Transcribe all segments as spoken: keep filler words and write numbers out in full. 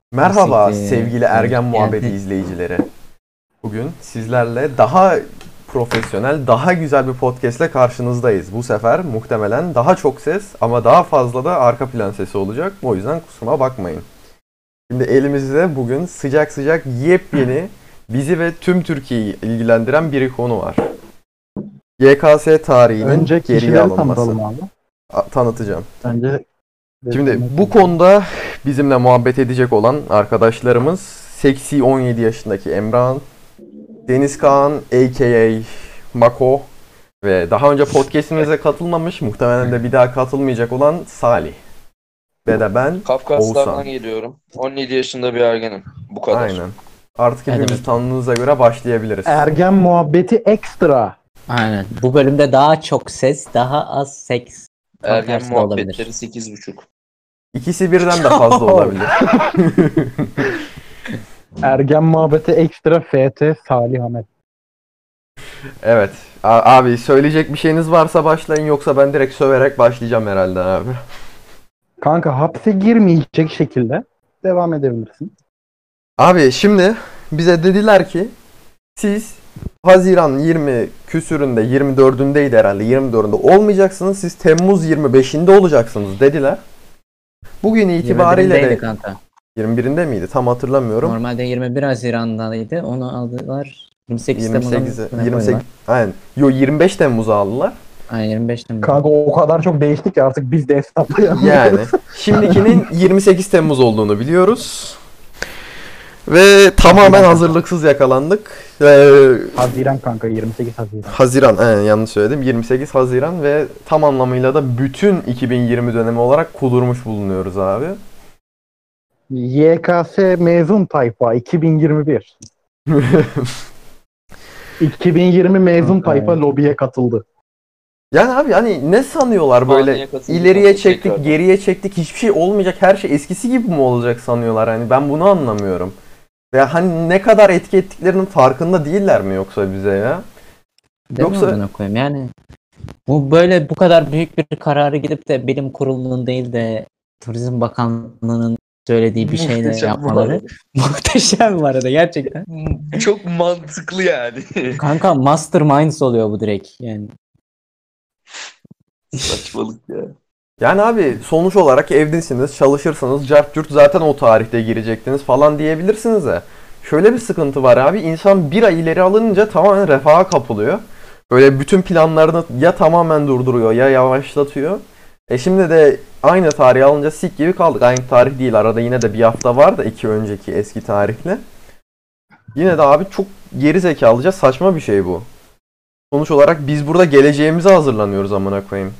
Merhaba Siktir. sevgili Ergen Hoş Muhabbeti geldin. izleyicileri. Bugün sizlerle daha profesyonel, daha güzel bir podcast ile karşınızdayız. Bu sefer muhtemelen daha çok ses ama daha fazla da arka plan sesi olacak. O yüzden kusura bakmayın. Şimdi elimizde bugün sıcak sıcak yepyeni bizi ve tüm Türkiye'yi ilgilendiren bir konu var. Y K S tarihinin Önce geriye kişileri alınması. tanıtalım abi. A- Tanıtacağım. Önce Şimdi bu konuda bizimle muhabbet edecek olan arkadaşlarımız Seksi on yedi yaşındaki Emrah'ın, Deniz Kaan a k a. Mako ve daha önce podcast'imize katılmamış, muhtemelen de bir daha katılmayacak olan Salih. Ve de ben Kafkaslardan Oğuzhan. geliyorum. on yedi yaşında bir ergenim. Bu kadar. Aynen. Artık Hadi hepimizi bakalım. tanıdığınıza göre başlayabiliriz. Ergen muhabbeti ekstra. Aynen. Bu bölümde daha çok ses, daha az seks. Tam Ergen tersi de olabilir. muhabbetleri sekiz buçuk. İkisi birden de fazla olabilir. Ergen muhabbeti ekstra F T Salih Ahmet. Evet. A- abi söyleyecek bir şeyiniz varsa başlayın, yoksa ben direkt söverek başlayacağım herhalde abi. Kanka hapse girmeyecek şekilde devam edebilirsin. Abi şimdi bize dediler ki siz Haziran yirmi küsüründe, yirmi dördündeydi herhalde, yirmi dördünde olmayacaksınız, siz Temmuz yirmi beşinde olacaksınız dediler. Bugün itibariyle yirmi birindeydi de kanka. yirmi birinde miydi tam hatırlamıyorum. Normalde yirmi bir Haziran'daydı. Onu aldılar. yirmi sekiz yirmi sekize Temmuz'a yirmi sekiz koydular. aynen. Yo, yirmi beş Temmuz'a aldılar. Aynen yirmi beş Temmuz. Kanka o kadar çok değişti ki artık biz de hesaplayamıyoruz. Yani şimdikinin yirmi sekiz Temmuz olduğunu biliyoruz. Ve tamamen hazırlıksız yakalandık. Ee, Haziran kanka yirmi sekiz Haziran. Haziran, evet, yanlış söyledim. yirmi sekiz Haziran ve tam anlamıyla da bütün iki bin yirmi dönemi olarak kudurmuş bulunuyoruz abi. Y K S mezun tayfa iki bin yirmi bir. iki bin yirmi mezun Kanka, tayfa evet. lobiye katıldı. Yani abi hani ne sanıyorlar böyle, Haneye katıldık, ileriye nasıl çektik, tekrardan? geriye çektik, hiçbir şey olmayacak, her şey eskisi gibi mi olacak sanıyorlar, hani ben bunu anlamıyorum. Veya hani ne kadar etki ettiklerinin farkında değiller mi yoksa bize ya? Değil mi Yoksa- amına koyayım? Yani bu böyle bu kadar büyük bir kararı gidip de bilim kurulunun değil de Turizm Bakanlığı'nın söylediği bir şeyle Muhteşem yapmaları muhteşem bu arada gerçekten. Çok mantıklı yani. Kanka masterminds oluyor bu direkt yani. Saçmalık ya. Yani abi sonuç olarak evdesiniz, çalışırsınız, cart curt zaten o tarihte girecektiniz falan diyebilirsiniz de. Şöyle bir sıkıntı var abi, insan bir ay ileri alınca tamamen refaha kapılıyor. Böyle bütün planlarını ya tamamen durduruyor ya yavaşlatıyor. E şimdi de aynı tarihi alınca sik gibi kaldık. Aynı tarih değil, arada yine de bir hafta var da iki önceki eski tarihle. Yine de abi çok geri zekalıca saçma bir şey bu. Sonuç olarak biz burada geleceğimize hazırlanıyoruz amına koyayım.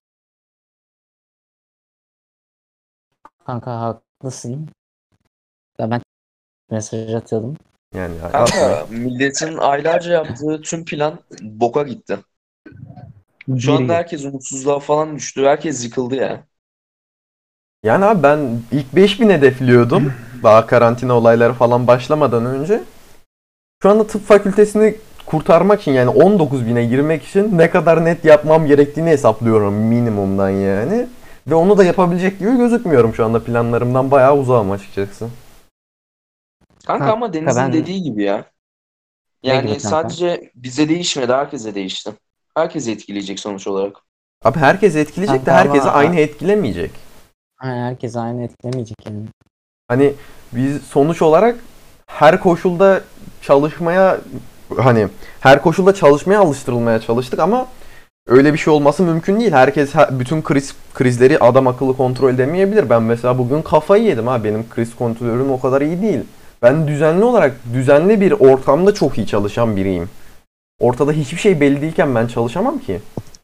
Kanka haklısın. Ya ben mesaj atıyordum. Yani Kanka milletin aylarca yaptığı tüm plan boka gitti. Şu anda Biri. herkes umutsuzluğa falan düştü. Herkes yıkıldı ya. Yani abi ben ilk beş bin hedefliyordum. Daha karantina olayları falan başlamadan önce. Şu anda tıp fakültesini kurtarmak için, yani on dokuz bine girmek için ne kadar net yapmam gerektiğini hesaplıyorum minimumdan yani. Ve onu da yapabilecek gibi gözükmüyorum şu anda, planlarımdan bayağı uzağım açıkçası. Kanka Ha, ama Deniz'in ben- dediği gibi ya. Ne Yani gibi kanka? sadece bize değişmedi, herkese değişti. Herkesi etkileyecek sonuç olarak. Abi herkes etkileyecek de Kanka ama- herkesi aynı etkilemeyecek. Aynen herkes aynı etkilemeyecek yani. Hani biz sonuç olarak her koşulda çalışmaya, hani her koşulda çalışmaya alıştırılmaya çalıştık ama öyle bir şey olması mümkün değil. Herkes her- bütün kriz krizleri adam akıllı kontrol edemeyebilir. Ben mesela bugün kafayı yedim ha. Benim kriz kontrolüm o kadar iyi değil. Ben düzenli olarak düzenli bir ortamda çok iyi çalışan biriyim. Ortada hiçbir şey belli değilken ben çalışamam ki.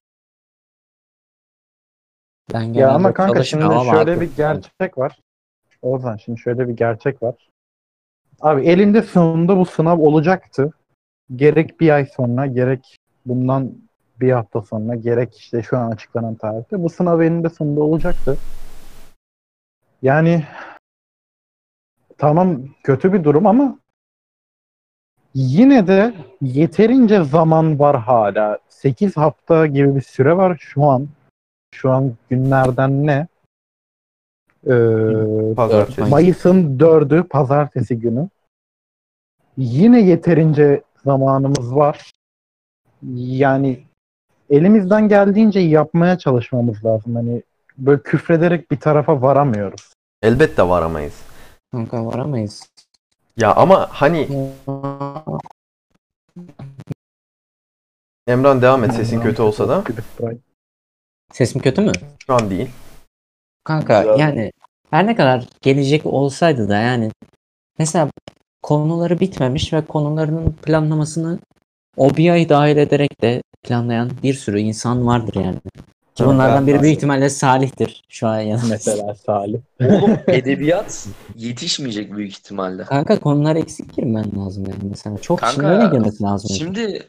Ben Ya genelde ama kanka şimdi çalışmıyorum ama şöyle haklı. bir gerçek var. Ozan şimdi şöyle bir gerçek var. Abi elinde sonunda bu sınav olacaktı. Gerek bir ay sonra, gerek bundan bir hafta sonra, gerek işte şu an açıklanan tarihte bu sınav elinde sonunda olacaktı. Yani tamam kötü bir durum ama yine de yeterince zaman var hala. sekiz hafta gibi bir süre var şu an. Şu an günlerden ne? Ee, Pazartesi. Mayıs'ın dördü pazartesi günü. Yine yeterince zamanımız var. Yani elimizden geldiğince yapmaya çalışmamız lazım. Hani böyle küfrederek bir tarafa varamıyoruz. Elbette varamayız. Kanka varamayız. Ya ama hani Emran devam et, sesin kötü olsa da. Sesim kötü mü? Şu an değil. Kanka Güzel. yani her ne kadar gelecek olsaydı da yani mesela konuları bitmemiş ve konularının planlamasını o bir ay dahil ederek de planlayan bir sürü insan vardır yani. Ki bunlardan biri büyük ihtimalle Salih'tir şu an yanımızda. Mesela Salih. Oğlum edebiyat yetişmeyecek büyük ihtimalle. Kanka konular eksik girmen lazım yani mesela. Çok Kanka, şimdiye girmesi lazım. Şimdi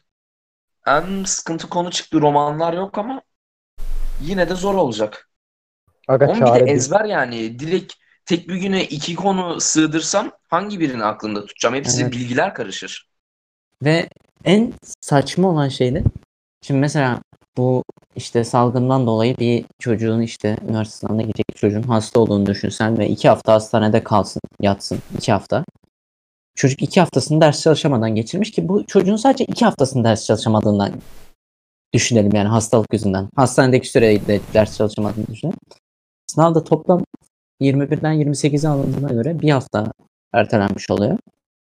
en sıkıntı konu çıktı, romanlar yok ama yine de zor olacak. Aga Onun bir de çare değil. ezber yani. Direkt tek bir güne iki konu sığdırsam hangi birini aklımda tutacağım? Hepsi Evet. bilgiler karışır. Ve en saçma olan şey de şimdi mesela bu işte salgından dolayı bir çocuğun işte üniversite sınavına gidecek bir çocuğun hasta olduğunu düşünsen ve iki hafta hastanede kalsın, yatsın iki hafta. Çocuk iki haftasını ders çalışamadan geçirmiş ki bu çocuğun sadece iki haftasını ders çalışamadığından düşünelim yani hastalık yüzünden. Hastanedeki sürede ders çalışamadığını düşünelim. Sınavda toplam yirmi birden yirmi sekize alındığına göre bir hafta ertelenmiş oluyor.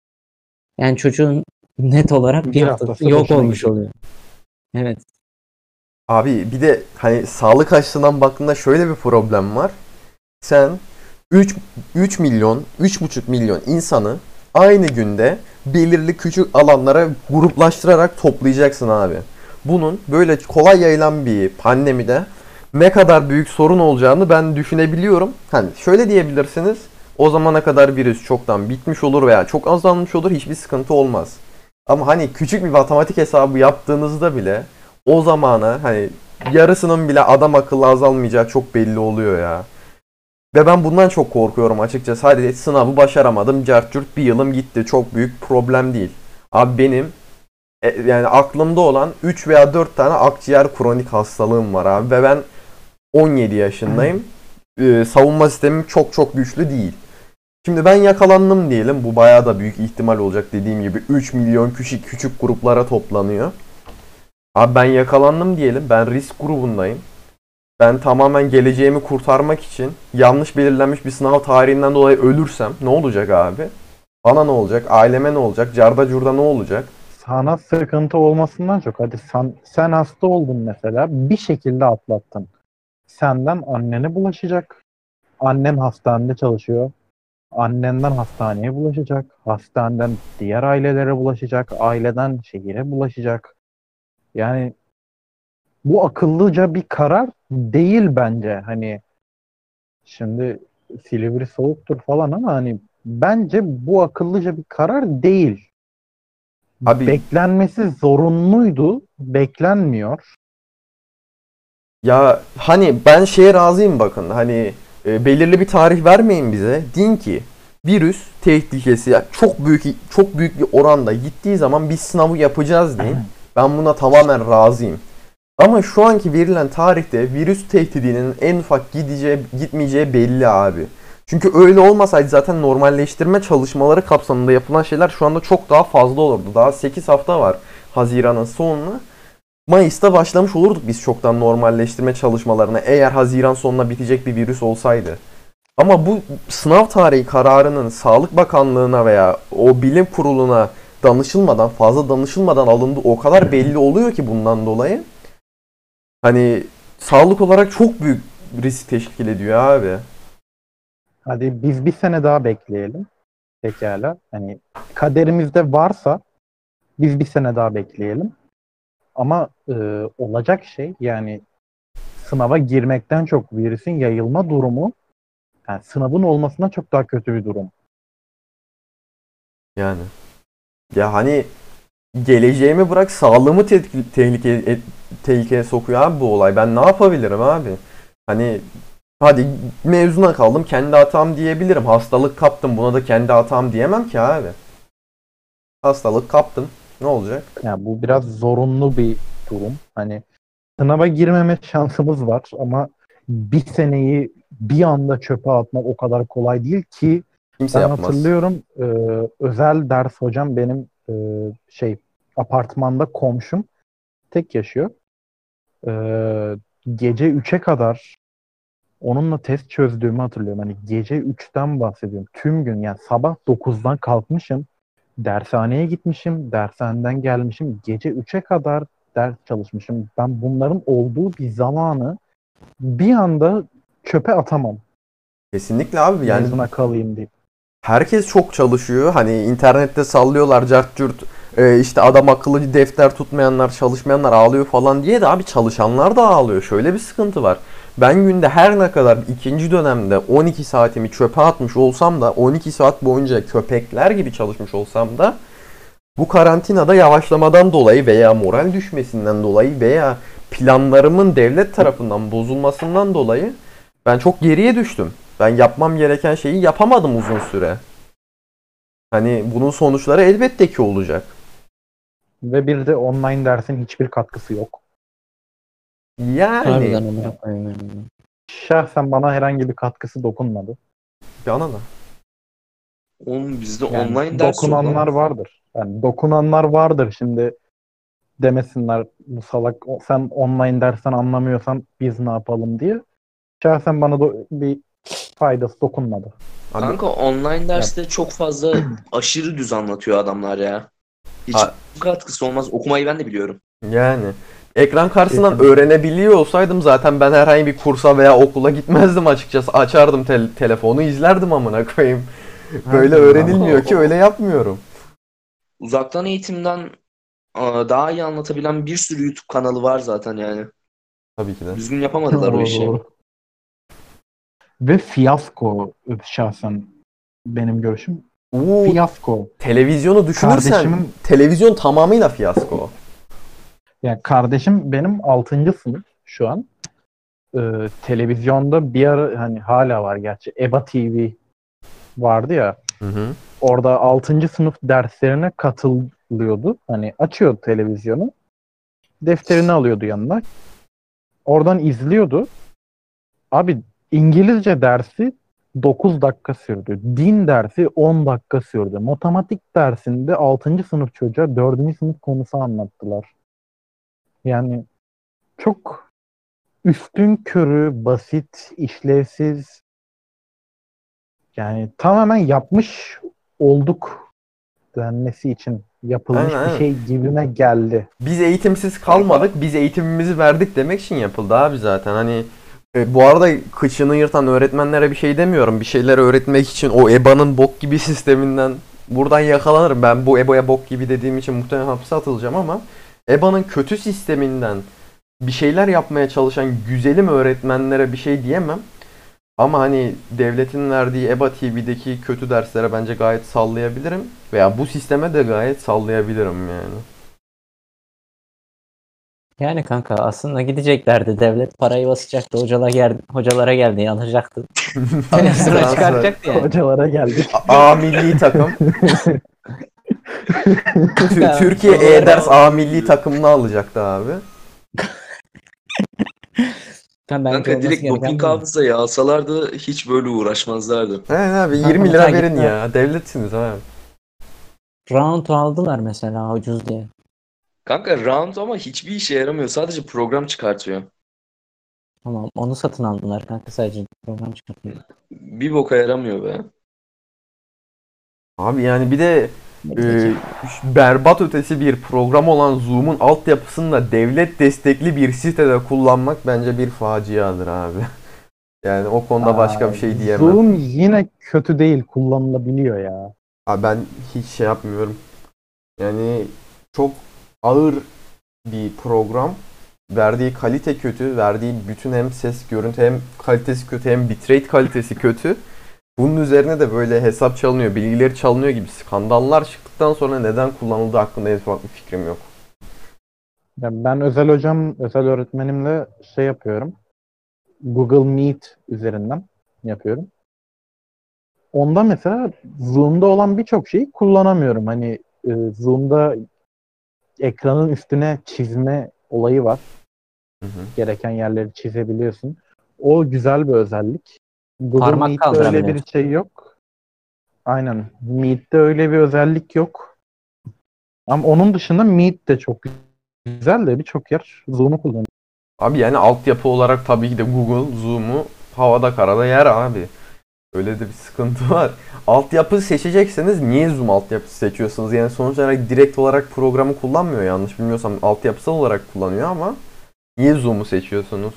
Yani çocuğun net olarak bir, Bir haftası haftası yok boşuna olmuş gidiyor. oluyor. Evet. Abi bir de hani sağlık açısından baktığında şöyle bir problem var. Sen üç üç milyon, üç buçuk milyon insanı aynı günde belirli küçük alanlara gruplaştırarak toplayacaksın abi. Bunun böyle kolay yayılan bir pandemide ne kadar büyük sorun olacağını ben düşünebiliyorum. Hani şöyle diyebilirsiniz. O zamana kadar virüs çoktan bitmiş olur veya çok azalmış olur, hiçbir sıkıntı olmaz. Ama hani küçük bir matematik hesabı yaptığınızda bile o zamana hani yarısının bile adam akıllı azalmayacağı çok belli oluyor ya. Ve ben bundan çok korkuyorum açıkçası. Hadi sınavı başaramadım, cart curt bir yılım gitti. Çok büyük problem değil. Abi benim e, yani aklımda olan üç veya dört tane akciğer kronik hastalığım var abi. Ve ben on yedi yaşındayım. Ee, savunma sistemim çok çok güçlü değil. Şimdi ben yakalandım diyelim. Bu bayağı da büyük ihtimal olacak, dediğim gibi. üç milyon küçük küçük gruplara toplanıyor. Abi ben yakalandım diyelim. Ben risk grubundayım. Ben tamamen geleceğimi kurtarmak için yanlış belirlenmiş bir sınav tarihinden dolayı ölürsem ne olacak abi? Bana ne olacak? Aileme ne olacak? Carda curda ne olacak? Sana sıkıntı olmasından çok. Hadi sen, sen hasta oldun mesela. Bir şekilde atlattın. Senden annene bulaşacak. Annen hastanede çalışıyor. Annenden hastaneye bulaşacak. Hastaneden diğer ailelere bulaşacak. Aileden şehire bulaşacak. Yani bu akıllıca bir karar değil bence. Hani şimdi Silivri soğuktur falan ama hani bence bu akıllıca bir karar değil. Abi Beklenmesi zorunluydu. Beklenmiyor. ya hani ben şeye razıyım, bakın hani e, belirli bir tarih vermeyin bize. Deyin ki virüs tehlikesi ya çok büyük çok büyük bir oranda gittiği zaman biz sınavı yapacağız deyin. Ben buna tamamen razıyım. Ama şu anki verilen tarihte virüs tehdidinin en ufak gideceği gitmeyeceği belli abi. Çünkü öyle olmasaydı zaten normalleştirme çalışmaları kapsamında yapılan şeyler şu anda çok daha fazla olurdu. Daha sekiz hafta var Haziran'ın sonuna. Mayıs'ta başlamış olurduk biz çoktan normalleştirme çalışmalarına, eğer Haziran sonuna bitecek bir virüs olsaydı. Ama bu sınav tarihi kararının Sağlık Bakanlığı'na veya o bilim kuruluna danışılmadan, fazla danışılmadan alındığı o kadar belli oluyor ki bundan dolayı. Hani sağlık olarak çok büyük risk teşkil ediyor abi. Hadi biz bir sene daha bekleyelim. Pekala. Hani kaderimizde varsa biz bir sene daha bekleyelim. Ama e, olacak şey yani sınava girmekten çok virüsün yayılma durumu yani sınavın olmasına çok daha kötü bir durum. Yani. Ya hani geleceğimi bırak, sağlığımı te- tehlikeye, e- tehlikeye sokuyor abi bu olay. Ben ne yapabilirim abi? Hani hadi mezuna kaldım, kendi hatam diyebilirim. Hastalık kaptım, buna da kendi hatam diyemem ki abi. Hastalık kaptım. Ne olacak? Yani bu biraz zorunlu bir durum. Hani sınava girmeme şansımız var ama bir seneyi bir anda çöpe atmak o kadar kolay değil ki. Kimse Ben yapmaz. hatırlıyorum, e, özel ders hocam benim e, şey apartmanda komşum, tek yaşıyor. E, Gece üçe kadar onunla test çözdüğümü hatırlıyorum. Hani gece üçten bahsediyorum. Tüm gün, yani sabah dokuzdan kalkmışım. Dershaneye gitmişim. Dershaneden gelmişim. Gece üçe kadar ders çalışmışım. Ben bunların olduğu bir zamanı bir anda çöpe atamam. Kesinlikle abi, yani Mezuna kalayım diye. herkes çok çalışıyor. Hani internette sallıyorlar cart curt. Ee, işte adam akıllı defter tutmayanlar, çalışmayanlar ağlıyor falan diye de abi çalışanlar da ağlıyor. Şöyle bir sıkıntı var. Ben günde her ne kadar ikinci dönemde on iki saatimi çöpe atmış olsam da, on iki saat boyunca köpekler gibi çalışmış olsam da, bu karantinada yavaşlamadan dolayı veya moral düşmesinden dolayı veya planlarımın devlet tarafından bozulmasından dolayı ben çok geriye düştüm. Ben yapmam gereken şeyi yapamadım uzun süre. Hani bunun sonuçları elbette ki olacak. Ve bir de online dersin hiçbir katkısı yok. Yani Harbiden amına koyayım yani. Şahsen bana herhangi bir katkısı dokunmadı. bana da. Oğlum bizde Yani online ders yok dokunanlar lan. vardır. Yani dokunanlar vardır. Şimdi demesinler bu salak, o- sen online dersten anlamıyorsan biz ne yapalım diye. Şahsen bana da bir faydası dokunmadı. Abi, Kanka online derste çok fazla aşırı düz anlatıyor adamlar ya. Hiç Ha- katkısı olmaz. Okumayı ben de biliyorum. yani ekran karşısından Kesinlikle. öğrenebiliyor olsaydım zaten ben herhangi bir kursa veya okula gitmezdim açıkçası. Açardım tel- telefonu, izlerdim amına koyayım. Böyle Aynen. öğrenilmiyor ki, öyle yapmıyorum. Uzaktan eğitimden aa, daha iyi anlatabilen bir sürü YouTube kanalı var zaten yani. Tabii ki de. Düzgün yapamadılar o Doğru, işi. doğru. Ve fiyasko şahsen benim görüşüm. Uuu, Fiyasko. televizyonu düşünürsen Kardeşimin televizyon tamamıyla fiyasko. yani kardeşim benim altıncı sınıf şu an. Ee, televizyonda bir ara, hani hala var gerçi, EBA T V vardı ya. Hı hı. Orada altıncı sınıf derslerine katılıyordu. Hani açıyordu televizyonu. Defterini alıyordu yanına. Oradan izliyordu. Abi İngilizce dersi dokuz dakika sürdü. Din dersi on dakika sürdü. Matematik dersinde altıncı sınıf çocuğa dördüncü sınıf konusu anlattılar. Yani çok üstünkörü, basit, işlevsiz, yani tamamen yapmış olduk denmesi için yapılmış Aynen, bir aynen. şey gibime geldi. Biz eğitimsiz kalmadık, biz eğitimimizi verdik demek için yapıldı abi zaten. Hani e, bu arada kıçını yırtan öğretmenlere bir şey demiyorum. Bir şeyler öğretmek için o EBA'nın bok gibi sisteminden buradan yakalanırım. Ben bu EBA'ya bok gibi dediğim için muhtemelen hapse atılacağım ama EBA'nın kötü sisteminden bir şeyler yapmaya çalışan güzelim öğretmenlere bir şey diyemem. Ama hani devletin verdiği EBA T V'deki kötü derslere bence gayet sallayabilirim. Veya bu sisteme de gayet sallayabilirim yani. Yani kanka aslında gideceklerdi. Devlet parayı basacaktı. Hocalar geldi, hocalara geldi yanıracaktı. Televizyona Transfer. çıkaracaktı yani. Hocalara geldik. A, A milli takım. Tü- Kanka, Türkiye hocalara- E-ders A milli takımını alacaktı abi. Kanka, bence Kanka olması direkt gereken doping bu. hafızayı alsalardı hiç böyle uğraşmazlardı. Evet abi, Kanka yirmi lira mesela verin gittiler. ya. Devletsiniz abi. Round aldılar mesela ucuz diye. Kanka round ama hiçbir işe yaramıyor. Sadece program çıkartıyor. Tamam onu satın aldılar kanka, sadece program çıkartıyor. Bir boka yaramıyor be. Abi yani bir de e, Zeki. berbat ötesi bir program olan Zoom'un altyapısını da devlet destekli bir sitede kullanmak bence bir faciadır abi. Yani o konuda başka bir şey diyemem. Zoom yine kötü değil, kullanılabiliyor ya. Abi ben hiç şey yapmıyorum. Yani çok ağır bir program. Verdiği kalite kötü. Verdiği bütün hem ses, görüntü hem kalitesi kötü hem bitrate kalitesi kötü. Bunun üzerine de böyle hesap çalınıyor, bilgileri çalınıyor gibi skandallar çıktıktan sonra neden kullanıldığı hakkında en ufak bir fikrim yok. Ya ben özel hocam, özel öğretmenimle şey yapıyorum. Google Meet üzerinden yapıyorum. Onda mesela Zoom'da olan birçok şeyi kullanamıyorum. Hani e, Zoom'da ekranın üstüne çizme olayı var. Hı hı. Gereken yerleri çizebiliyorsun. O güzel bir özellik. Google Parmak Meet'te öyle kaldırabiliyor. bir şey yok. Aynen. Meet'te öyle bir özellik yok. Ama onun dışında Meet de çok güzel de birçok yer Zoom'u kullanıyor. Abi yani altyapı olarak tabii ki de Google Zoom'u havada karada yer abi. Öyle de bir sıkıntı var. Altyapı seçecekseniz niye Zoom altyapısı seçiyorsunuz? Yani sonuç olarak direkt olarak programı kullanmıyor, yanlış bilmiyorsam altyapısal olarak kullanıyor ama niye Zoom'u seçiyorsunuz?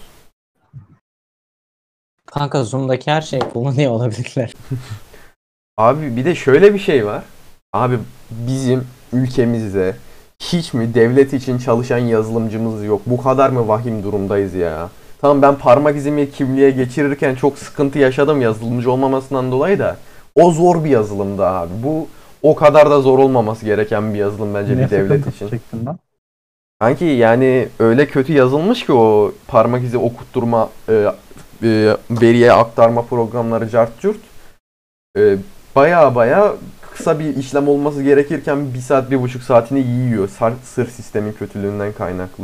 Kanka Zoom'daki her şeyi kullanıyor olabilirler. Abi bir de şöyle bir şey var. Abi bizim ülkemizde hiç mi devlet için çalışan yazılımcımız yok? Bu kadar mı vahim durumdayız ya? Tamam, ben parmak izimi kimliğe geçirirken çok sıkıntı yaşadım yazılımcı olmamasından dolayı da. O zor bir yazılımdı abi. Bu o kadar da zor olmaması gereken bir yazılım bence Ne bir devlet sıkıntısı için. çektin lan? Sanki yani öyle kötü yazılmış ki o parmak izi okutturma, e, e, veriye aktarma programları cart curt. E, baya baya kısa bir işlem olması gerekirken bir saat bir buçuk saatini yiyor. Sar, sırf sistemin kötülüğünden kaynaklı.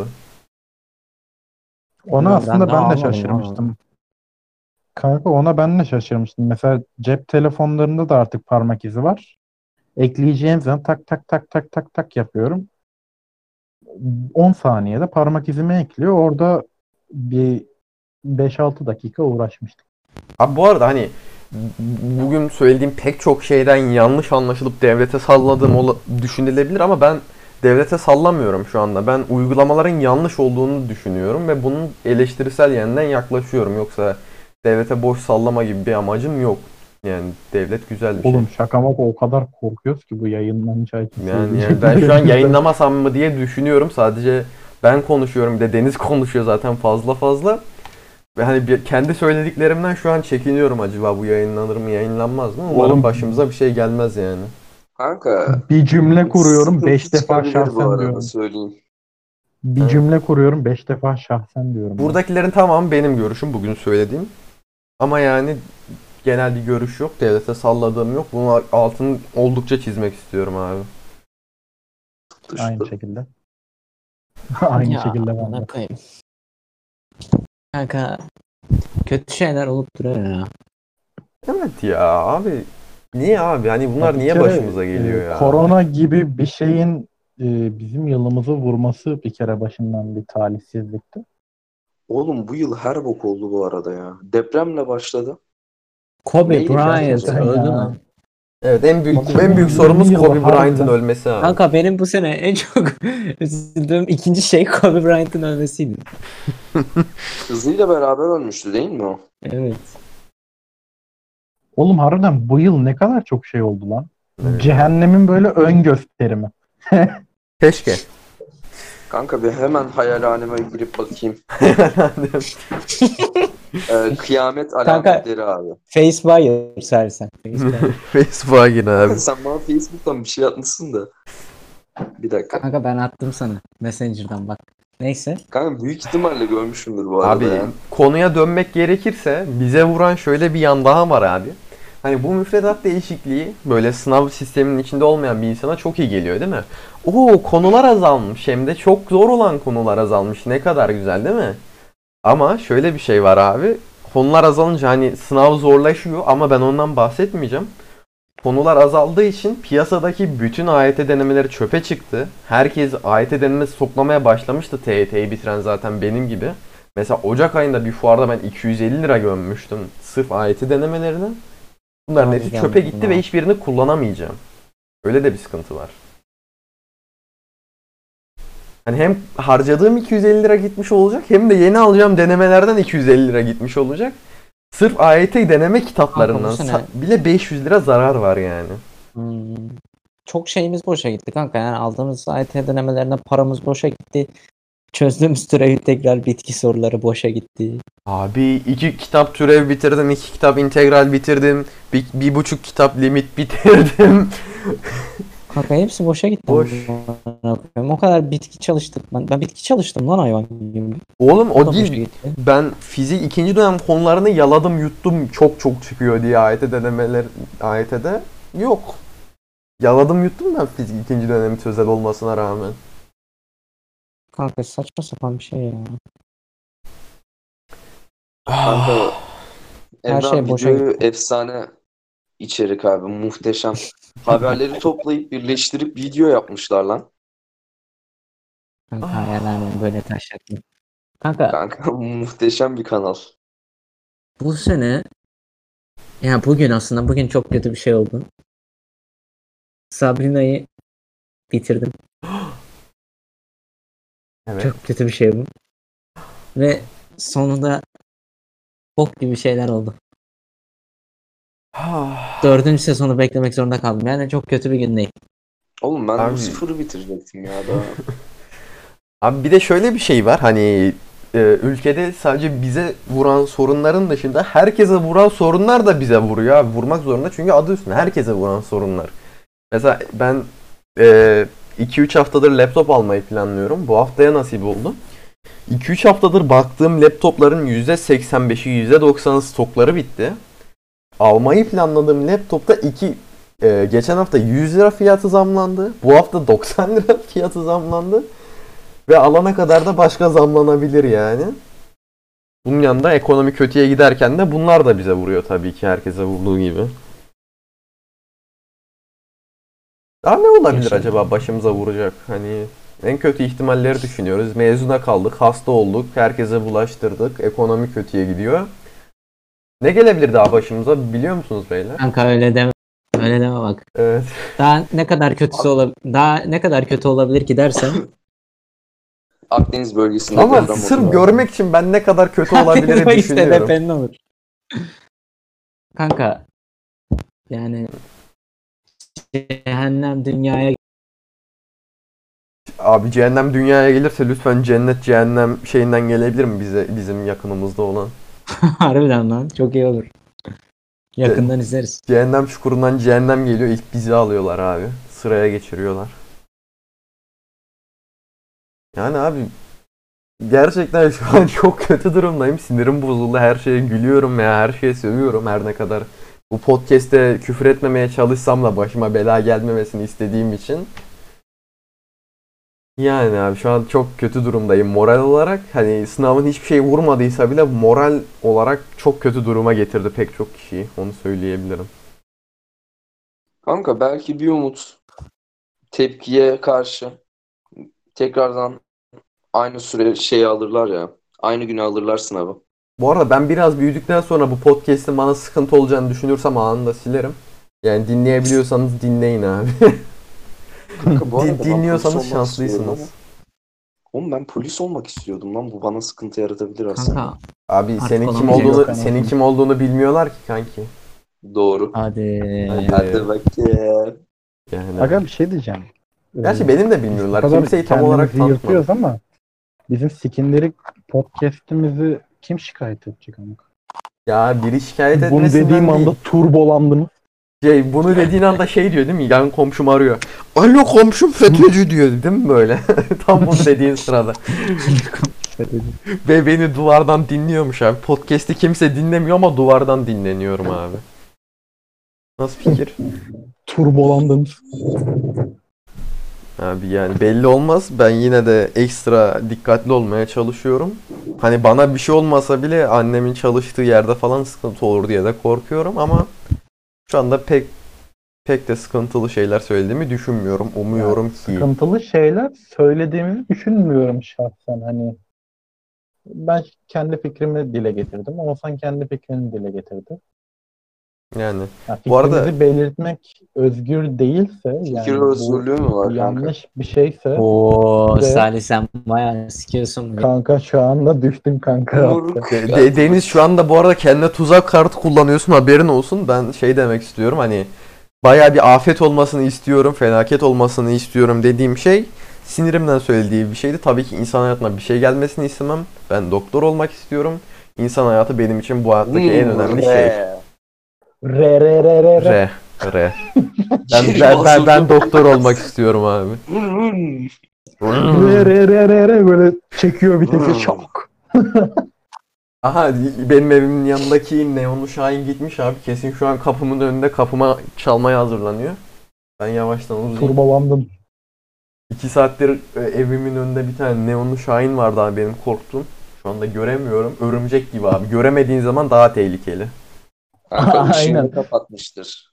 Ona Ben aslında de ben de anlamadım şaşırmıştım. Kanka ona ben de şaşırmıştım. Mesela cep telefonlarında da artık parmak izi var. Ekleyeceğim zaman tak tak tak tak tak tak yapıyorum. on saniyede parmak izimi ekliyor. Orada bir beş altı dakika uğraşmıştık. Abi bu arada hani bugün söylediğim pek çok şeyden yanlış anlaşılıp devlete salladığım ola- düşünülebilir ama ben devlete sallamıyorum şu anda. Ben uygulamaların yanlış olduğunu düşünüyorum ve bunun eleştirisel yönden yaklaşıyorum. Yoksa devlete boş sallama gibi bir amacım yok. Yani devlet güzel bir şey. Oğlum şaka maka o kadar korkuyoruz ki bu yayınlanacağı için. Yani, yani ben şu an yayınlamasam mı diye düşünüyorum. Sadece ben konuşuyorum. Bir de Deniz konuşuyor zaten fazla fazla. Ve hani bir, kendi söylediklerimden şu an çekiniyorum, acaba bu yayınlanır mı yayınlanmaz mı? Umarım Oğlum, başımıza bir şey gelmez yani. Kanka bir cümle kuruyorum beş sıkıntı defa çıkabilir bu şahsen arada, diyorum. söyleyeyim. Bir Evet. cümle kuruyorum beş defa şahsen diyorum. ben. Buradakilerin tamamı benim görüşüm, bugün söylediğim. Ama yani genel bir görüş yok. Devlete salladığım yok. Bunun altını oldukça çizmek istiyorum abi. Aynı Dışta. şekilde. Aynı Ya şekilde ben de. amına koyayım. Kanka kötü şeyler olup duruyor ya. Evet ya abi. Niye abi? Hani bunlar Bir niye kere, başımıza e, geliyor ya? Korona gibi bir şeyin e, bizim yılımızı vurması bir kere başından bir talihsizlikti. Oğlum bu yıl her bok oldu bu arada ya. Depremle başladı. Kobe Neyle Bryant bitti sonra? öldü Ya. lan. Evet, en büyük iki bin en büyük yirmi sorumuz yılı Kobe Bryant'ın harbiden. ölmesi abi. Kanka benim bu sene en çok üzüldüğüm ikinci şey Kobe Bryant'ın ölmesiydi. Kızıyla beraber ölmüştü değil mi o? Evet. Oğlum harbiden bu yıl ne kadar çok şey oldu lan. Evet. Cehennemin böyle ön gösterimi. Keşke. Kanka bir hemen hayalhaneme girip bakayım. Ee, kıyamet alametleri abi. Facebook'a sersen. Facebook'a. Facebook'a gir abi. Sen bana Facebook'tan bir şey atmışsın da. Bir dakika. Kanka ben attım sana. Messenger'dan bak. Neyse. Kanka büyük ihtimalle görmüşümdür bu arada Abi ya. konuya dönmek gerekirse bize vuran şöyle bir yan daha var abi. Hani bu müfredat değişikliği böyle sınav sisteminin içinde olmayan bir insana çok iyi geliyor değil mi? Oo, konular azalmış, hem de çok zor olan konular azalmış. Ne kadar güzel değil mi? Ama şöyle bir şey var abi. Konular azalınca hani sınav zorlaşıyor ama ben ondan bahsetmeyeceğim. Konular azaldığı için piyasadaki bütün A Y T denemeleri çöpe çıktı. Herkes A Y T denemesi toplamaya başlamıştı, T Y T'yi bitiren zaten benim gibi. Mesela Ocak ayında bir fuarda ben iki yüz elli lira gömmüştüm sırf A Y T denemelerine. Bunların Abi hepsi geldim çöpe gitti ya. ve hiçbirini kullanamayacağım. Öyle de bir sıkıntı var. Hani hem harcadığım iki yüz elli lira gitmiş olacak, hem de yeni alacağım denemelerden iki yüz elli lira gitmiş olacak. Sırf A Y T deneme kitaplarından Kanka bu sene- sa- bile beş yüz lira zarar var yani. Hmm. Çok şeyimiz boşa gitti kanka. Yani aldığımız A Y T denemelerine paramız boşa gitti. Çözdüğümüz türevi tekrar bitki soruları boşa gitti. Abi iki kitap türev bitirdim, iki kitap integral bitirdim, bir, bir buçuk kitap limit bitirdim. Kanka hepsi boşa gitti. Boş. O kadar bitki çalıştık. Ben, ben bitki çalıştım lan hayvan gibi. Oğlum O o da boşa değil. gitti. Ben fizik ikinci dönem konularını yaladım yuttum, çok çok çıkıyor diye A Y T denemeler A Y T'de yok. Yaladım yuttum ben fizik ikinci dönemi sözel olmasına rağmen. Kanka saçma sapan bir şey ya. Kanka Her Emre şey abi boşa videoyu gitti. efsane içerik abi. Muhteşem. Haberleri toplayıp birleştirip video yapmışlar lan. Kanka Ah. hayaller böyle taşak mı? Kanka Kanka muhteşem bir kanal. bu sene ya bugün aslında bugün çok kötü bir şey oldu. Sabrina'yı bitirdim. Evet. Çok kötü bir şey bu. Ve sonunda bok gibi şeyler oldu. Ah. Dördüncü sezonu beklemek zorunda kaldım. Yani çok kötü bir gün değil. Oğlum ben Abi- Lucifer'ı bitirecektim ya daha. Abi bir de şöyle bir şey var. Hani e, ülkede sadece bize vuran sorunların dışında herkese vuran sorunlar da bize vuruyor abi. Vurmak zorunda çünkü adı üstünde. Herkese vuran sorunlar. Mesela ben iki üç haftadır laptop almayı planlıyorum. Bu haftaya nasip oldu. iki üç haftadır baktığım laptopların yüzde seksen beşi yüzde doksanı stokları bitti. Almayı planladığım laptopta iki e, geçen hafta yüz lira fiyatı zamlandı. Bu hafta doksan lira fiyatı zamlandı. Ve alana kadar da başka zamlanabilir yani. Bunun yanında ekonomi kötüye giderken de bunlar da bize vuruyor tabii ki, herkese vurduğu gibi. Daha ne olabilir Yaşadım. acaba başımıza vuracak? Hani en kötü ihtimalleri düşünüyoruz. Mezuna kaldık, hasta olduk, herkese bulaştırdık, ekonomi kötüye gidiyor. Ne gelebilir daha başımıza biliyor musunuz beyler? Kanka öyle deme. Öyle deme bak. Evet. Daha ne kadar kötüsü olabilir? Daha ne kadar kötü olabilir ki dersen. Akdeniz bölgesinde Ama deprem sırf oldu. görmek için ben ne kadar kötü olabilir Bak işte düşünüyorum. depremin olur. Kanka yani cehennem dünyaya Abi cehennem dünyaya gelirse lütfen cennet cehennem şeyinden gelebilir mi bize, bizim yakınımızda olan? harbiden lan çok iyi olur. Yakından izleriz. Cehennem çukurundan cehennem geliyor, ilk bizi alıyorlar abi. Sıraya geçiriyorlar. Yani abi gerçekten şu an çok kötü durumdayım. Sinirim bozuldu. Her şeye gülüyorum ya. Her şeye sövüyorum her ne kadar. Bu podcast'te küfür etmemeye çalışsam da başıma bela gelmemesini istediğim için. Yani abi şu an çok kötü durumdayım. Moral olarak hani sınavın hiçbir şey vurmadıysa bile moral olarak çok kötü duruma getirdi pek çok kişiyi. Onu söyleyebilirim. Kanka belki bir umut tepkiye karşı tekrardan aynı süre şeyi alırlar ya. Aynı güne alırlar sınavı. Bu arada ben biraz büyüdükten sonra bu podcast'in bana sıkıntı olacağını düşünürsem anında silerim. Yani dinleyebiliyorsanız dinleyin abi. Kanka bu arada Din- ben polis dinliyorsanız olmak istiyorum şanslısınız. ama- Oğlum ben polis olmak istiyordum lan. Bu bana sıkıntı yaratabilir aslında. Kanka Abi Artık senin kim olamayacak olduğunu yok senin anasını. kim olduğunu bilmiyorlar ki kanki. Doğru. hadi. Hadi. Hadi bakayım. Yani. Aga bir şey diyeceğim. Gerçi Ee, benim de bu bilmiyorlar. kadar Kimseyi tam olarak kendimizi yırtıyoruz tanıtmadım. ama bizim Sikinderik podcast'imizi kim şikayet edecek ama? Ya biri şikayet Bunu etmesinden dediğim değil. anda turbolandınız. Şey, bunu dediğin anda şey diyor değil mi? Yan komşum arıyor. Alo komşum FETÖ'cü diyor değil mi böyle? Tam bunu dediğin sırada. Ve beni duvardan dinliyormuş abi. Podcast'i kimse dinlemiyor ama duvardan dinleniyorum abi. Nasıl fikir? Turbolandınız. Abi yani belli olmaz. Ben yine de ekstra dikkatli olmaya çalışıyorum. Hani bana bir şey olmasa bile annemin çalıştığı yerde falan sıkıntı olur diye de korkuyorum ama şu anda pek pek de sıkıntılı şeyler söylediğimi düşünmüyorum. Umuyorum ki. Sıkıntılı şeyler söylediğimizi düşünmüyorum şahsen. Hani ben kendi fikrimi dile getirdim ama sen kendi fikrini dile getirdin. Yani Yani Bu arada- fikrimizi belirtmek özgür değilse Fikir yani bu özgürlüğü mü var kanka? yanlış bir şeyse Oo Ve- Salih sen bayağı sikiyorsun. kanka şu anda düştüm kanka. Moruk. De- De- Deniz şu anda bu arada kendine tuzak kartı kullanıyorsun, haberin olsun. Ben şey demek istiyorum, hani bayağı bir afet olmasını istiyorum, felaket olmasını istiyorum dediğim şey sinirimden söylediği bir şeydi. Tabii ki insan hayatına bir şey gelmesini istemem. Ben doktor olmak istiyorum. İnsan hayatı benim için bu hayattaki en önemli şey. Re. Re re re re re. R. R. Ben, ben, ben, ben doktor olmak istiyorum abi. Re re re re re böyle çekiyor vitesi çok. Aha, benim evimin yanındaki neonlu Şahin gitmiş abi. Kesin şu an kapımın önünde kapıma çalmaya hazırlanıyor. Ben yavaştan uzayayım. Turbolandım. İki saattir e, evimin önünde bir tane neonlu Şahin vardı abi benim korktuğum. Şu anda göremiyorum. Örümcek gibi abi. Göremediğin zaman daha tehlikeli. Kanka Aynen. ışığını kapatmıştır.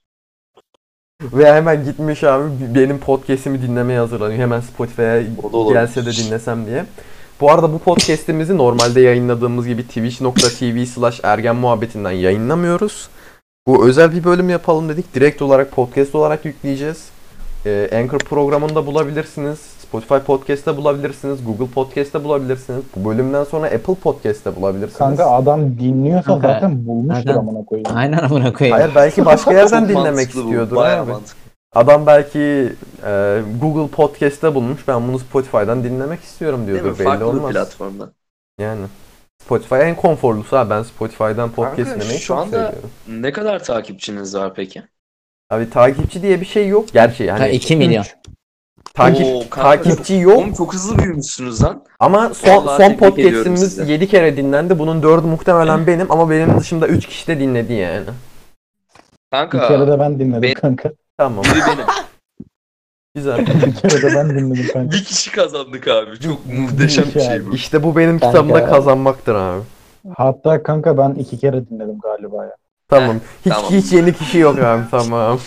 Ve hemen gitmiş abi benim podcast'imi dinlemeye hazırlanıyor. Hemen Spotify'a O da olabilir. gelse de dinlesem diye. Bu arada bu podcast'imizi normalde yayınladığımız gibi twitch nokta tv slash ergen muhabbetinden yayınlamıyoruz. Bu özel bir bölüm yapalım dedik. Direkt olarak podcast olarak yükleyeceğiz. Ee, Anchor programında bulabilirsiniz. Spotify Podcast'te bulabilirsiniz. Google Podcast'te bulabilirsiniz. Bu bölümden sonra Apple Podcast'te bulabilirsiniz. Kanka adam dinliyorsa Kanka, zaten bulmuştur adam- amına koyayım. Aynen amına koyayım. Hayır belki başka yerden Çok dinlemek mantıklı bu, istiyordur bayağı abi. mantıklı. Adam belki e, Google Podcast'te bulmuş. Ben bunu Spotify'dan dinlemek istiyorum Değil mi? diyordur. Belli Farklı bir olmaz. platformda. Yani. Spotify en konforlusu abi. Ben Spotify'dan podcast Kanka, dinlemeyi şu çok anda- seviyorum. Ne kadar takipçiniz var peki? Abi takipçi diye bir şey yok. Gerçi Ha, hani iki milyon. takip Oo, kanka, takipçi yok Oğlum çok hızlı büyümüşsünüz lan. ama son Vallahi son tebrik ediyorum podcast'imiz sizi. yedi kere dinlendi. Bunun dördü muhtemelen benim ama benim dışımda üç kişi de dinledi yani. Kanka Bir kere de ben dinledim Ben- kanka. Tamam. biri benim. Güzel. Bir kere de ben dinledim kanka. Bir kişi kazandık abi. Çok muhteşem bir şey bu. İşte bu benim Kanka. kitabımda kazanmaktır abi. Hatta kanka ben iki kere dinledim galiba ya. Tamam. Hiç tamam. hiç yeni kişi yok abi tamam.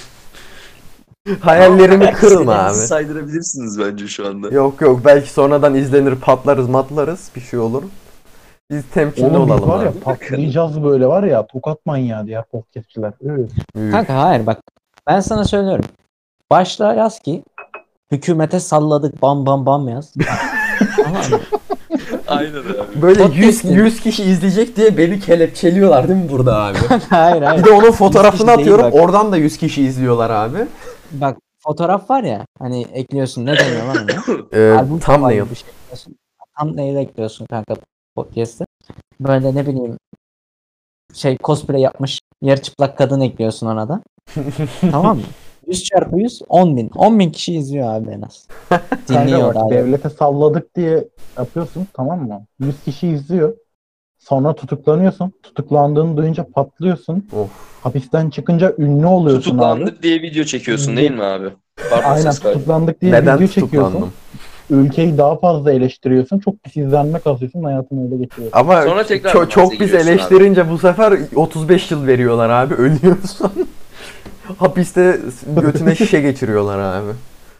Hayallerimi kırma abi. İstediğinizi saydırabilirsiniz bence şu anda. Yok yok belki sonradan izlenir patlarız matlarız bir şey olur. Biz temkinli Oğlum biz olalım var ya abi. patlayacağız böyle var ya tokat manyağı diğer podcastçiler. Üf. Üf. Kanka hayır bak. Ben sana söylüyorum. Başla yaz ki hükümete salladık bam bam bam yaz. Tamam mı? Aynen abi. Böyle yüz, Podcast'in- yüz kişi izleyecek diye beni kelepçeliyorlar değil mi burada abi? hayır hayır. Bir de onun fotoğrafını yüz kişi değil atıyorum bak. oradan da yüz kişi izliyorlar abi. Bak fotoğraf var ya hani ekliyorsun ne deniyor lan ona? Ee, Albüm thumbnail. falan bir şey ekliyorsun. Thumbnail ekliyorsun kanka podcast'te. Böyle ne bileyim şey cosplay yapmış yarı çıplak kadın ekliyorsun ona da. Tamam mı? yüz çarpı yüz on bin. on bin kişi izliyor abi en az. Kanka Dinliyor bak abi. devlete salladık diye yapıyorsun tamam mı? yüz kişi izliyor. Sonra tutuklanıyorsun. Tutuklandığını duyunca patlıyorsun. Of. Hapisten çıkınca ünlü oluyorsun abi. Tutuklandık diye video çekiyorsun değil mi abi? Pardon, Aynen ses kaydı. tutuklandık diye Neden video çekiyorsun. tutuklandım? Ülkeyi daha fazla eleştiriyorsun. Çok pis izlenme kasıyorsun. Hayatını öyle geçiriyorsun. Ama Sonra tekrar çok, çok biz giriyorsun eleştirince bu sefer otuz beş yıl veriyorlar abi ölüyorsun. Hapiste götüne şişe geçiriyorlar abi.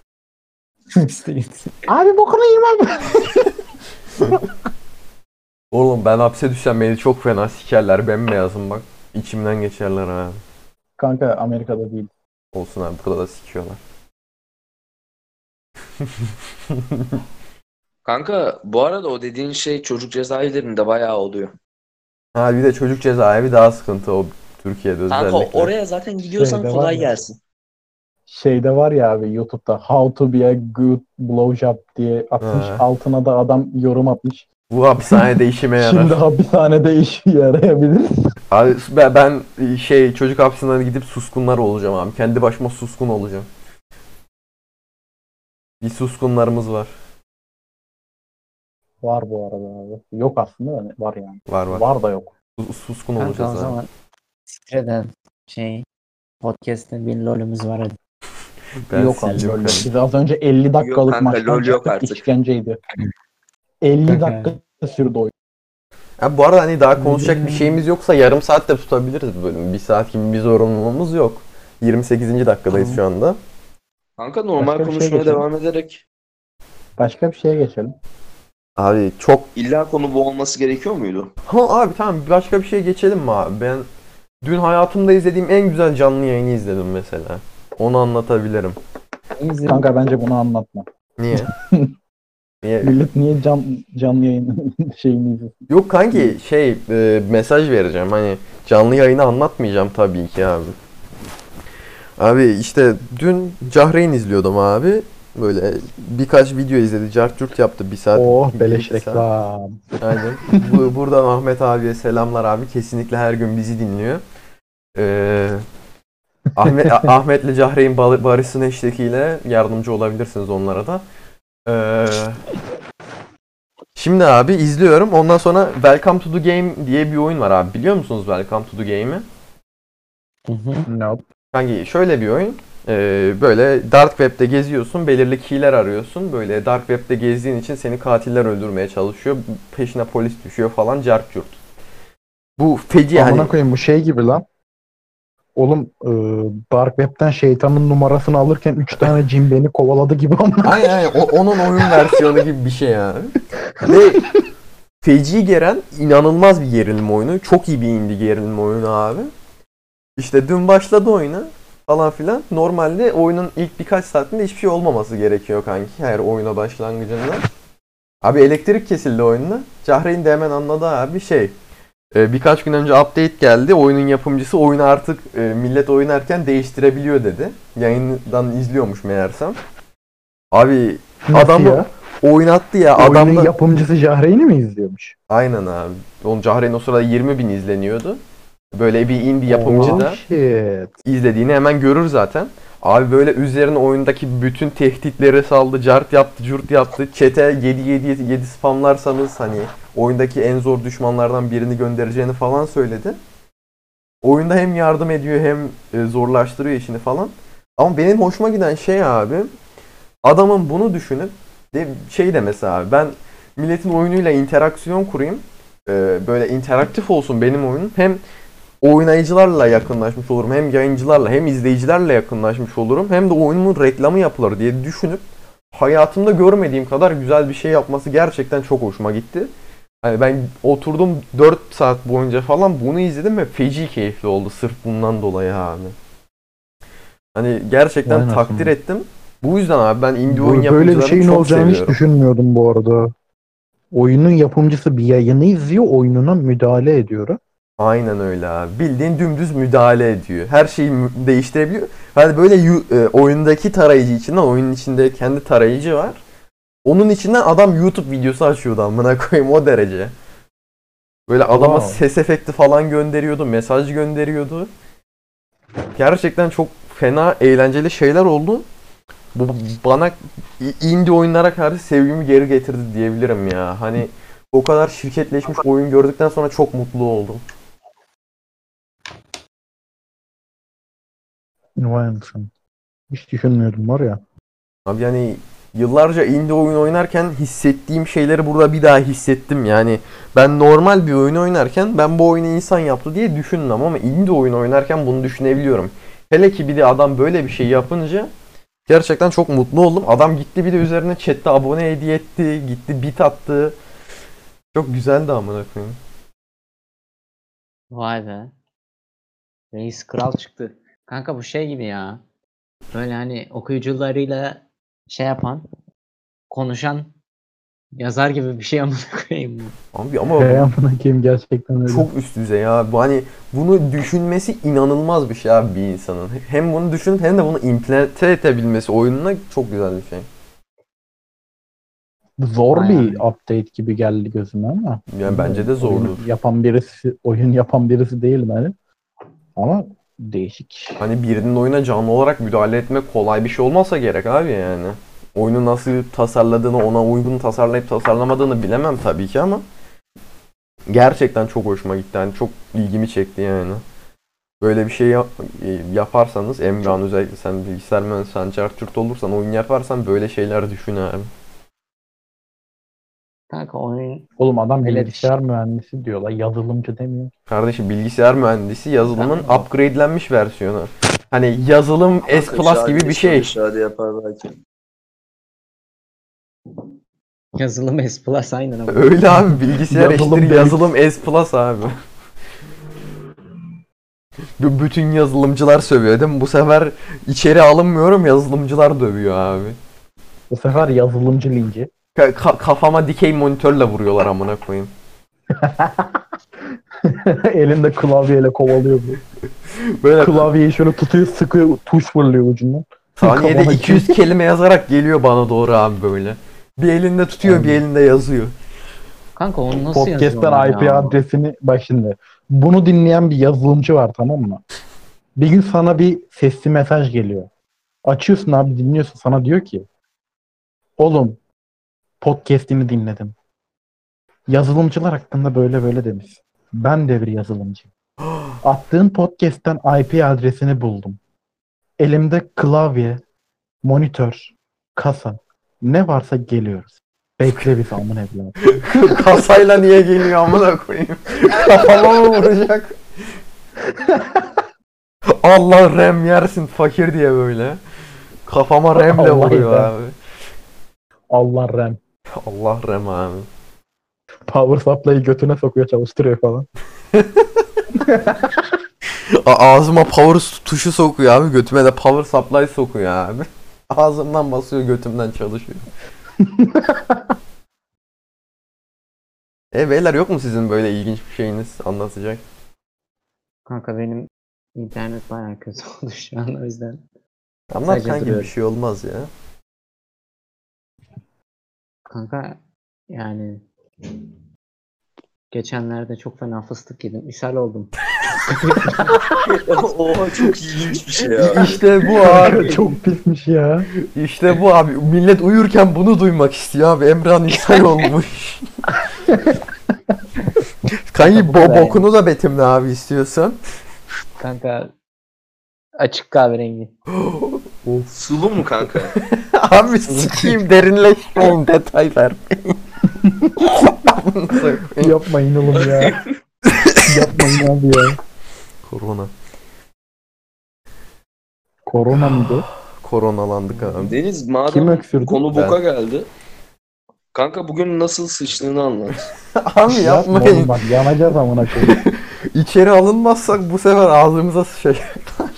Abi bokunu yemem. Oğlum ben hapse düşsem beni çok fena sikerler bembeyazım bak. İçimden geçerler abi. Kanka Amerika'da değil. Olsun abi burada da sikiyorlar. Kanka bu arada o dediğin şey çocuk cezaevlerinde bayağı oluyor. Ha bir de çocuk cezaevi daha sıkıntı o Türkiye'de Kanka özellikle. oraya zaten gidiyorsan Şeyde var kolay ya. gelsin. Şeyde var ya abi YouTube'da How to be a good blowjob diye atmış. Ha. Altına da adam yorum atmış. Bu hapishanede işime yarar. Şimdi hapishanede iş yarayabilir. Abi ben, ben şey çocuk hapsinden gidip suskunlar olacağım abi. Kendi başıma suskun olacağım. Bir suskunlarımız var. Var bu arada abi. Yok aslında da var yani. Var var. Var da yok. Sus- Suskun Kanka o olacağız abi. zaman Sitre'den şey podcast'te bir lolümüz var hadi. Ben yok abi. sileceğim LoL yok. kanka. Biz az önce elli dakikalık kanka, maçtan LoL yok çıktık, artık. işkenceydi. elli Kanka. dakika sürdü oyun. Ha, bu arada hani daha konuşacak bir şeyimiz yoksa yarım saat de tutabiliriz bu bölümü. Bir saat gibi bir zorunluluğumuz yok. yirmi sekizinci dakikadayız şu anda. Kanka normal Başka bir şey konuşmaya geçelim. devam ederek Başka bir şeye geçelim. Abi çok... illa konu bu olması gerekiyor muydu? Ha abi tamam başka bir şey geçelim mi abi? Ben dün hayatımda izlediğim en güzel canlı yayını izledim mesela. Onu anlatabilirim. İzledim. Kanka bence bunu anlatma. Niye? Niye? Millet niye can, canlı yayın şeyini izliyor? Yok kanki şey e, mesaj vereceğim hani canlı yayını anlatmayacağım tabii ki abi. Abi işte dün Cahreyn izliyordum abi. Böyle birkaç video izledi. Cart curt yaptı bir saat. Oh bir beleş iki saat. reklam. Aynen. Bu, buradan Ahmet abiye selamlar abi. Kesinlikle her gün bizi dinliyor. Ee, Ahmet A- Ahmet'le Cahreyn bar- barışsın eşliğiyle yardımcı olabilirsiniz onlara da. Ee, şimdi abi izliyorum. Ondan sonra Welcome to the Game diye bir oyun var abi. Biliyor musunuz Welcome to the Game'i? Hı hı. Nope. Kanki şöyle bir oyun. Ee, böyle Dark Web'de geziyorsun. Belirli key'ler arıyorsun. Böyle Dark Web'de gezdiğin için seni katiller öldürmeye çalışıyor. Peşine polis düşüyor falan cart curt. Bu feci Amına hani koyayım bu şey gibi lan. Oğlum e, Dark Web'den şeytanın numarasını alırken üç tane cin beni kovaladı gibi ama. Aynen aynen. O- onun oyun versiyonu gibi bir şey yani. Ve feci geren inanılmaz bir gerilim oyunu. Çok iyi bir indie gerilim oyunu abi. İşte dün başladı oyuna falan filan. Normalde oyunun ilk birkaç saatinde hiçbir şey olmaması gerekiyor kanki. Her oyuna başlangıcında. Abi elektrik kesildi oyunda. Cahreyn de hemen anladı abi şey. e, birkaç gün önce update geldi. Oyunun yapımcısı oyunu artık e, millet oynarken değiştirebiliyor dedi. Yayından izliyormuş meğersem. Abi Nasıl adamı ya? oynattı ya. Oyunun Adam da... yapımcısı Jahreyn'i mi izliyormuş? Aynen abi. Onun Cahreyn o sırada yirmi bin izleniyordu. Böyle bir indie yapımcı Oh da shit. izlediğini hemen görür zaten. Abi böyle üzerine oyundaki bütün tehditleri saldı, cart yaptı, curt yaptı. Chat'e yedi yedi yedi spamlarsanız hani oyundaki en zor düşmanlardan birini göndereceğini falan söyledi. Oyunda hem yardım ediyor hem e, zorlaştırıyor işini falan. Ama benim hoşuma giden şey abi, adamın bunu düşünüp de şey de mesela abi, ben milletin oyunuyla interaksiyon kurayım. e, Böyle interaktif olsun benim oyunum. Hem oynayıcılarla yakınlaşmış olurum. Hem yayıncılarla hem izleyicilerle yakınlaşmış olurum. Hem de oyunun reklamı yapılır diye düşünüp hayatımda görmediğim kadar güzel bir şey yapması gerçekten çok hoşuma gitti. Hani ben oturdum dört saat boyunca falan bunu izledim ve feci keyifli oldu sırf bundan dolayı abi. Hani gerçekten Aynen. takdir ettim. Bu yüzden abi ben indie Bu- oyun Böyle bir yapımcılarını şeyin çok olacağını hiç seviyorum. düşünmüyordum bu arada. Oyunun yapımcısı bir yayını izliyor, oyununa müdahale ediyor. Aynen öyle abi. Bildiğin dümdüz müdahale ediyor. Her şeyi mü- değiştirebiliyor. Hani böyle yu- e, oyundaki tarayıcı içinden oyunun içinde kendi tarayıcı var. Onun içinden adam YouTube videosu açıyordu amına koyayım o derece. Böyle adama Wow. ses efekti falan gönderiyordu, mesaj gönderiyordu. Gerçekten çok fena, eğlenceli şeyler oldu. Bu bana i- indie oyunlara karşı sevgimi geri getirdi diyebilirim ya. Hani o kadar şirketleşmiş oyun gördükten sonra çok mutlu oldum. Vay anasını. Hiç düşünmüyordum var ya. Abi yani yıllarca indie oyun oynarken hissettiğim şeyleri burada bir daha hissettim. Yani ben normal bir oyun oynarken ben bu oyunu insan yaptı diye düşündüm ama indie oyun oynarken bunu düşünebiliyorum. Hele ki bir de adam böyle bir şey yapınca gerçekten çok mutlu oldum. Adam gitti bir de üzerine chatte abone hediye etti, gitti bit attı. Çok güzeldi amına koyayım. Vay be. Reis kral çıktı. Kanka bu şey gibi ya. Böyle hani okuyucularıyla şey yapan, konuşan yazar gibi bir şey amına koyayım bu. Abi ama Hey bu amına koyayım, gerçekten öyle. çok üst düzey ya. Bu hani bunu düşünmesi inanılmaz bir şey abi bir insanın. Hem bunu düşünüp hem de bunu implemente edebilmesi oyununa çok güzel bir şey. Zor Bayağı. bir update gibi geldi gözüme ama. Yani bence de zordur. Oyun yapan birisi, oyun yapan birisi değilim hani. Ama değişik. Hani birinin oyuna canlı olarak müdahale etmek kolay bir şey olmasa gerek abi yani. Oyunu nasıl tasarladığını, ona uygun tasarlayıp tasarlamadığını bilemem tabii ki ama gerçekten çok hoşuma gitti. Yani çok ilgimi çekti yani. Böyle bir şey yap- yaparsanız Emran, özellikle sen bilgisayar mühendisi, sen Çarçurt olursan, oyun yaparsan böyle şeyler düşün abi. Kanka oyun Oğlum adam Öyle bir bilgisayar mühendisi diyorlar. Yazılımcı demiyor. Kardeşim bilgisayar mühendisi yazılımın Tamam. upgradelenmiş versiyonu. Hani yazılım S Plus gibi bir şey. Şadi yapar belki. yazılım S Plus aynen ama. Öyle abi, bilgisayar Yazılım eşittir delik. yazılım S Plus abi. B- Bütün yazılımcılar sövüyor değil mi? Bu sefer içeri alınmıyorum, yazılımcılar dövüyor abi. Bu sefer yazılımcı linci. Ka- ka- kafama dikey monitörle vuruyorlar amına koyayım. Elinde klavyeyle kovalıyor bu. Böyle Klavyeyi şöyle tutuyor, sıkıyor, tuş fırlıyor ucundan. saniyede Kafana iki yüz kelime yazarak geliyor bana doğru abi böyle. Bir elinde tutuyor, bir elinde yazıyor. Kanka onu nasıl yazıyorlar Podcast'ten I P ya? adresini bak şimdi. Bunu dinleyen bir yazılımcı var, tamam mı? Bir gün sana bir sesli mesaj geliyor. Açıyorsun abi, dinliyorsun, sana diyor ki oğlum podcast'ini dinledim. Yazılımcılar hakkında böyle böyle demiş. Ben de bir yazılımcıyım. Attığın podcast'ten I P adresini buldum. Elimde klavye, monitör, kasa. Ne varsa geliyoruz. Bekle biz amın evladım. Kasayla niye geliyor amına koyayım? Kafama mı vuracak? Allah rem yersin fakir diye böyle. Kafama remle Allah vuruyor rem. abi. Allah rem. Allah rem abi. Power supply'ı götüne sokuyor, çalıştırıyor falan. A- ağzıma power tuşu sokuyor abi. Götüme de power supply sokuyor abi. Ağzımdan basıyor, götümden çalışıyor. E beyler, yok mu sizin böyle ilginç bir şeyiniz anlatacak? Kanka benim internet bayağı kötü oldu şu an, o yüzden. Anlat Sadece kanki, bir duruyorum. şey olmaz ya. Kanka yani geçenlerde çok fena fıstık yedim. İshal oldum. Oha, çok ilginç bir şey ya. İşte bu abi. Çok pismiş ya. İşte bu abi. Millet uyurken bunu duymak istiyor abi. Emrah'ın ishal olmuş. Kanki bo bokunu da betimle abi istiyorsan. Kanka açık kahverengi. Sulu mu kanka? Abi sikeyim, derinleşmeyin, detay vermeyin. Yapmayın oğlum ya. Yapmayın abi ya. Korona. Korona mıydı? Koronalandık abi. Deniz, Kim madem öksürdü? konu Ben. boka geldi. Kanka bugün nasıl sıçtığını anlat. Abi Yapma yapmayın. oğlum bak, yanacağız amına koyayım. İçeri alınmazsak bu sefer ağzımıza sıçacaklar.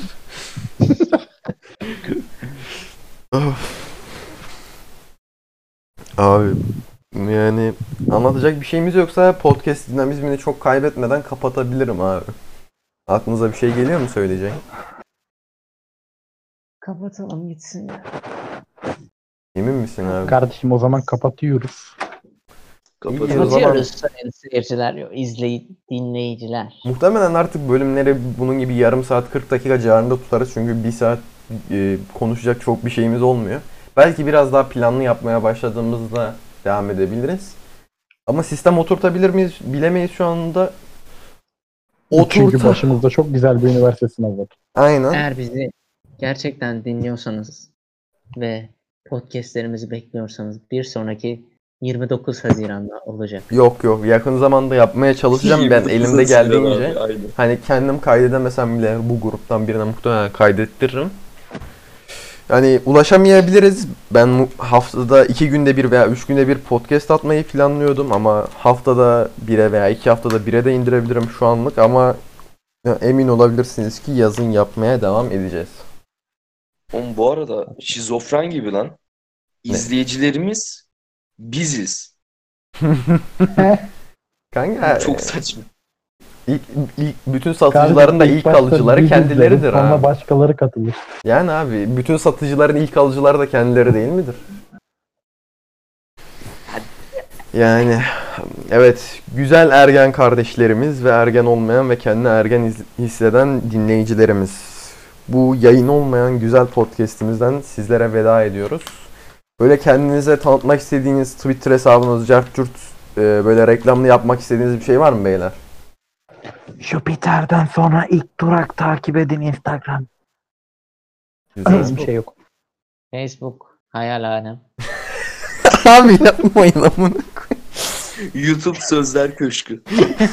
Of. Abi yani anlatacak bir şeyimiz yoksa podcast dinamizmini çok kaybetmeden kapatabilirim abi. Aklınıza bir şey geliyor mu söyleyecek? Kapatalım gitsin ya. Emin misin abi? Kardeşim o zaman kapatıyoruz. Kapatıyoruz. İyi, o zaman- Kapatıyoruz sayın seyirciler, yok, izley dinleyiciler. Muhtemelen artık bölümleri bunun gibi yarım saat kırk dakika civarında tutarız çünkü bir saat e, konuşacak çok bir şeyimiz olmuyor. Belki biraz daha planlı yapmaya başladığımızda devam edebiliriz. Ama sistem oturtabilir miyiz bilemeyiz şu anda. Çünkü Oturta. başımızda çok güzel bir üniversite sınavı var. Aynen. Eğer bizi gerçekten dinliyorsanız ve podcastlerimizi bekliyorsanız bir sonraki yirmi dokuz Haziran'da olacak. Yok yok, yakın zamanda yapmaya çalışacağım ben elimde geldiğince. Aynen. Hani kendim kaydedemesem bile bu gruptan birine muhtemelen kaydettiririm. Yani ulaşamayabiliriz. Ben mu- haftada iki günde bir veya üç günde bir podcast atmayı planlıyordum ama haftada bire veya iki haftada bire de indirebilirim şu anlık ama ya emin olabilirsiniz ki yazın yapmaya devam edeceğiz. Oğlum bu arada şizofren gibi lan. İzleyicilerimiz biziz. Kanka Çok saçma. ilk, ilk bütün satıcıların da ilk başta alıcıları biz kendileridir izleriz, Sonra abi. başkaları katılır. Yani abi bütün satıcıların ilk alıcıları da kendileri değil midir? Yani evet, güzel ergen kardeşlerimiz ve ergen olmayan ve kendini ergen iz- hisseden dinleyicilerimiz. Bu yayın olmayan güzel podcast'imizden sizlere veda ediyoruz. Böyle kendinize tanıtmak istediğiniz Twitter hesabınız, Certürt, böyle reklamlı yapmak istediğiniz bir şey var mı beyler? Jüpiter'den sonra ilk durak takip edin Instagram. Güzel. Bir şey yok. Facebook, hayal alem. Abi yapmayın amına. YouTube Sözler Köşkü.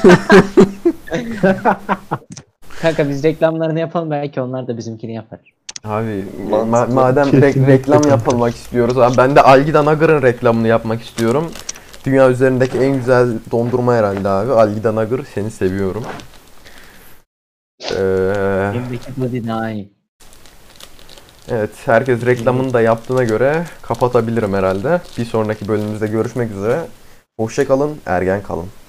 Kanka biz reklamlarını yapalım, belki onlar da bizimkini yapar. Abi Mantıklı. ma- madem re- Kesinlikle reklam kanka. yapılmak istiyoruz abi, ben de Algida Nugger'ın reklamını yapmak istiyorum. Dünya üzerindeki en güzel dondurma herhalde abi. Algida Nugger, seni seviyorum. Ee, Elimdeki body daha iyi. evet, herkes reklamını da yaptığına göre kapatabilirim herhalde. Bir sonraki bölümümüzde görüşmek üzere. Hoşça kalın, ergen kalın.